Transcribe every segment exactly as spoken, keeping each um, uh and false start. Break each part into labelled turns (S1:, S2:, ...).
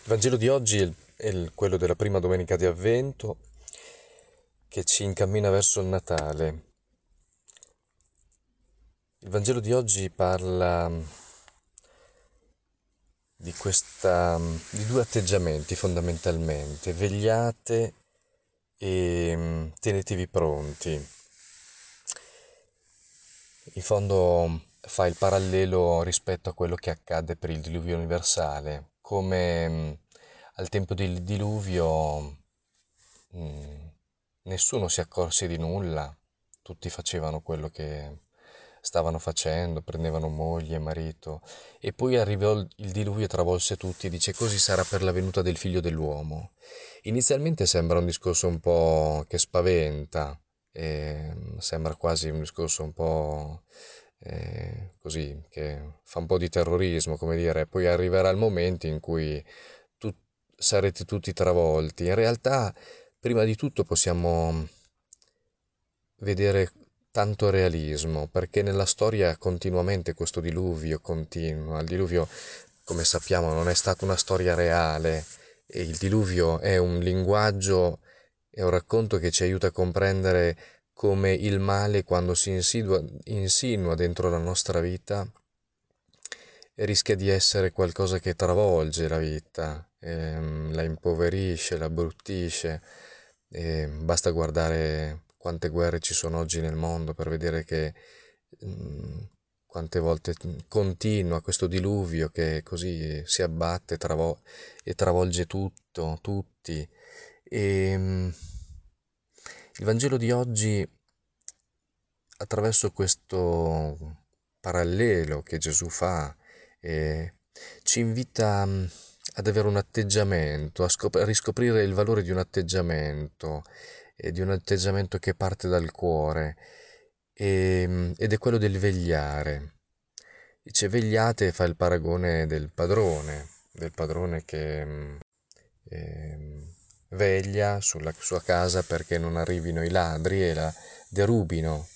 S1: Il Vangelo di oggi è, il- è il- quello della prima domenica di Avvento che ci incammina verso il Natale. Il Vangelo di oggi parla mm, di questa, mm, di due atteggiamenti fondamentalmente: vegliate e mm, tenetevi pronti. In fondo mm, fa il parallelo rispetto a quello che accadde per il diluvio universale, come mm, al tempo del diluvio mm, nessuno si accorse di nulla, tutti facevano quello che stavano facendo, prendevano moglie e marito, e poi arrivò il il diluvio e travolse tutti, e dice così sarà per la venuta del figlio dell'uomo. Inizialmente sembra un discorso un po' che spaventa, e sembra quasi un discorso un po' eh, così, che fa un po' di terrorismo, come dire, poi arriverà il momento in cui tu- sarete tutti travolti. In realtà, prima di tutto possiamo vedere tanto realismo, perché nella storia continuamente questo diluvio continua. Il diluvio, come sappiamo, non è stata una storia reale, e il diluvio è un linguaggio, è un racconto che ci aiuta a comprendere come il male, quando si insidua- insinua dentro la nostra vita, rischia di essere qualcosa che travolge la vita, ehm, la impoverisce, la abbruttisce. E basta guardare quante guerre ci sono oggi nel mondo per vedere che mm, quante volte continua questo diluvio che così si abbatte travo- e travolge tutto, tutti. E mm, il Vangelo di oggi, attraverso questo parallelo che Gesù fa, eh, ci invita mm, ad avere un atteggiamento, a, scop- a riscoprire il valore di un atteggiamento, e di un atteggiamento che parte dal cuore, e, mm, ed è quello del vegliare. Dice vegliate, fa il paragone del padrone, del padrone che mm, ehm, veglia sulla sua casa perché non arrivino i ladri e la derubino.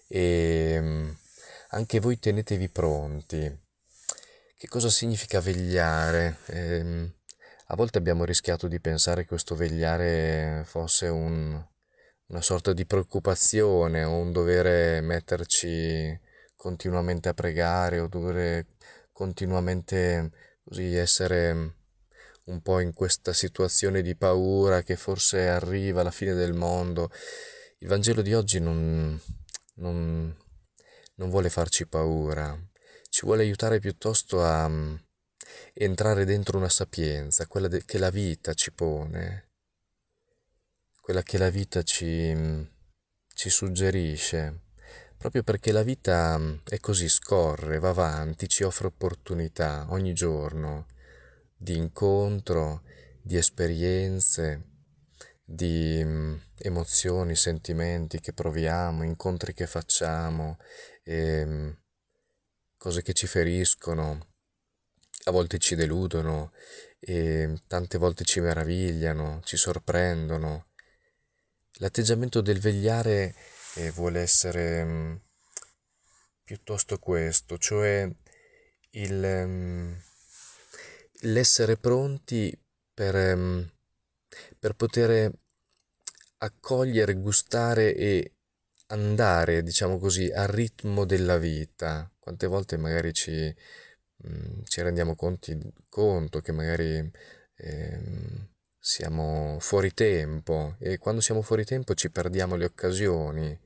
S1: E mm, anche voi tenetevi pronti. Che cosa significa vegliare? Ehm, a volte abbiamo rischiato di pensare che questo vegliare fosse un- una sorta di preoccupazione, o un dovere metterci continuamente a pregare, o dover continuamente così essere un po' in questa situazione di paura che forse arriva la fine del mondo. Il Vangelo di oggi non, non, non vuole farci paura, ci vuole aiutare piuttosto a mm, entrare dentro una sapienza, quella de- che la vita ci pone, quella che la vita ci, mm, ci suggerisce, proprio perché la vita mm, è così, scorre, va avanti, ci offre opportunità ogni giorno di incontro, di esperienze, di mm, emozioni, sentimenti che proviamo, incontri che facciamo, ehm, cose che ci feriscono, a volte ci deludono e tante volte ci meravigliano, ci sorprendono. L'atteggiamento del vegliare eh, vuole essere mm, piuttosto questo, cioè il, ehm, l'essere pronti per, ehm, per poter accogliere, gustare e andare, diciamo così, al ritmo della vita. Quante volte magari ci, mm, ci rendiamo conti- conto che magari ehm, siamo fuori tempo, e quando siamo fuori tempo ci perdiamo le occasioni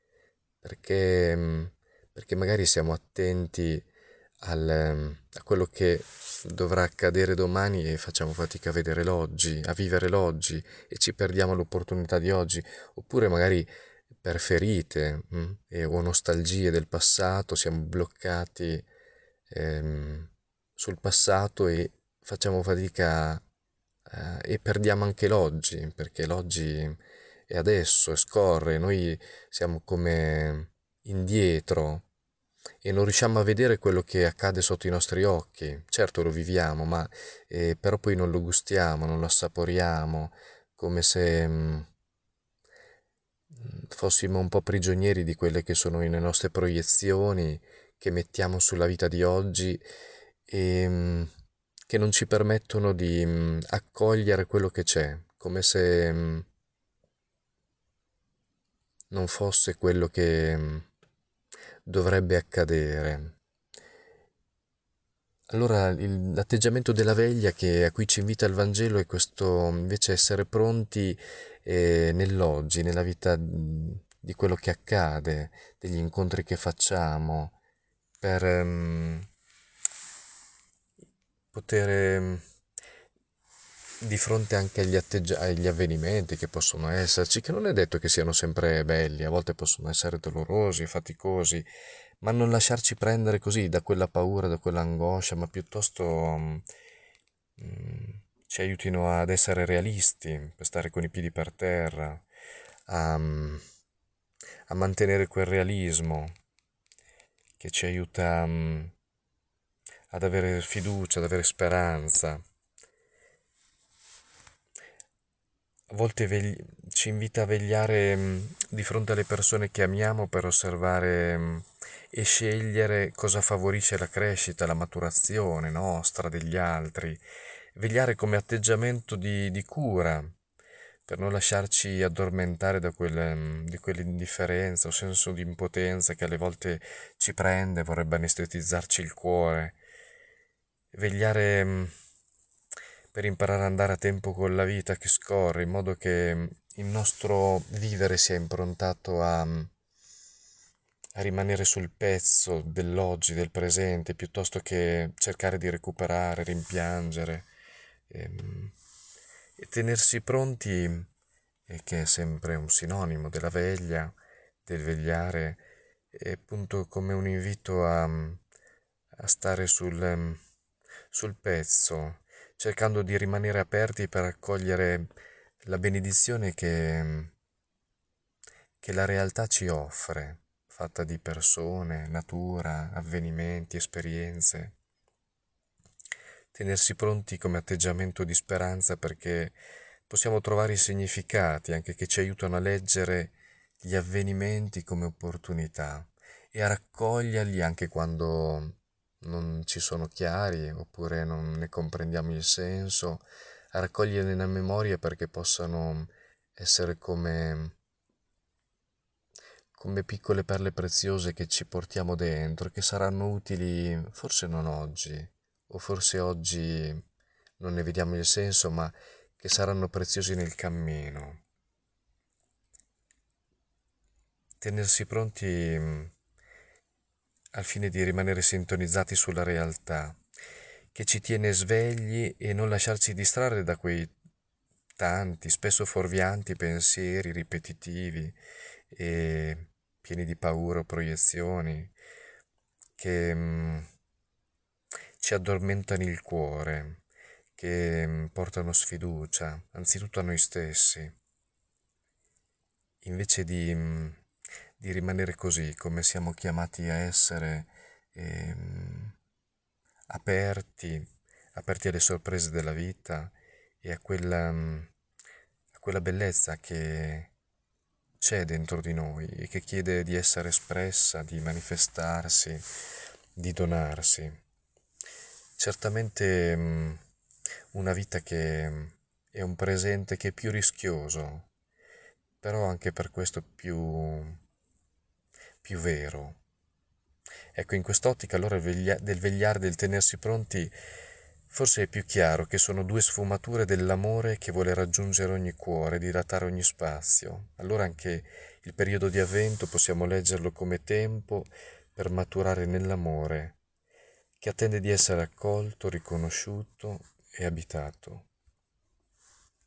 S1: perché, mm, perché magari siamo attenti al, mm, a quello che dovrà accadere domani e facciamo fatica a vedere l'oggi, a vivere l'oggi, e ci perdiamo l'opportunità di oggi, oppure magari per ferite, mm, e, o nostalgie del passato siamo bloccati ehm, sul passato e facciamo fatica eh, e perdiamo anche l'oggi, perché l'oggi è adesso e scorre, noi siamo come indietro e non riusciamo a vedere quello che accade sotto i nostri occhi. Certo lo viviamo, ma eh, però poi non lo gustiamo, non lo assaporiamo, come se mh, fossimo un po' prigionieri di quelle che sono le nostre proiezioni che mettiamo sulla vita di oggi, e, mh, che non ci permettono di mm, accogliere quello che c'è, come se mm, non fosse quello che mm, dovrebbe accadere. Allora, il- l'atteggiamento della veglia che, a cui ci invita il Vangelo è questo, invece, essere pronti eh, nell'oggi, nella vita mm, di quello che accade, degli incontri che facciamo, per ehm, poter, ehm, di fronte anche agli, atteggia- agli avvenimenti che possono esserci, che non è detto che siano sempre belli, a volte possono essere dolorosi, faticosi, ma non lasciarci prendere così da quella paura, da quell'angoscia, ma piuttosto mm, mm, ci aiutino ad essere realisti, per stare con i piedi per terra, a, mm, a mantenere quel realismo che ci aiuta mm, ad avere fiducia, ad avere speranza. A volte vegli- ci invita a vegliare mh, di fronte alle persone che amiamo per osservare mh, e scegliere cosa favorisce la crescita, la maturazione nostra, degli altri. Vegliare come atteggiamento di, di cura, per non lasciarci addormentare da quel, mh, di quell'indifferenza o senso di impotenza che alle volte ci prende, vorrebbe anestetizzarci il cuore. Vegliare mh, per imparare ad andare a tempo con la vita che scorre, in modo che mh, il nostro vivere sia improntato a, mh, a rimanere sul pezzo dell'oggi, del presente, piuttosto che cercare di recuperare, rimpiangere, ehm, e tenersi pronti, eh, che è sempre un sinonimo della veglia, del vegliare, è appunto come un invito a, a stare sul, ehm, sul pezzo, cercando di rimanere aperti per accogliere la benedizione che, che la realtà ci offre, fatta di persone, natura, avvenimenti, esperienze. Tenersi pronti come atteggiamento di speranza perché possiamo trovare i significati anche che ci aiutano a leggere gli avvenimenti come opportunità e a raccoglierli anche quando non ci sono chiari oppure non ne comprendiamo il senso, a raccoglierli nella memoria perché possano essere come, come piccole perle preziose che ci portiamo dentro, che saranno utili forse non oggi, o forse oggi non ne vediamo il senso, ma che saranno preziosi nel cammino. Tenersi pronti mh, al fine di rimanere sintonizzati sulla realtà, che ci tiene svegli e non lasciarci distrarre da quei tanti, spesso fuorvianti pensieri ripetitivi e pieni di paura o proiezioni che mh, ci addormentano il cuore, che mh, portano sfiducia, anzitutto a noi stessi, invece di, mh, di rimanere così come siamo chiamati a essere, ehm, aperti, aperti alle sorprese della vita e a quella, mh, a quella bellezza che c'è dentro di noi e che chiede di essere espressa, di manifestarsi, di donarsi. Certamente mh, una vita che mh, è un presente che è più rischioso, però anche per questo più, più vero. Ecco, in quest'ottica allora il veglia- del vegliare, del tenersi pronti, forse è più chiaro che sono due sfumature dell'amore che vuole raggiungere ogni cuore, dilatare ogni spazio. Allora anche il periodo di avvento possiamo leggerlo come tempo per maturare nell'amore, che attende di essere accolto, riconosciuto e abitato.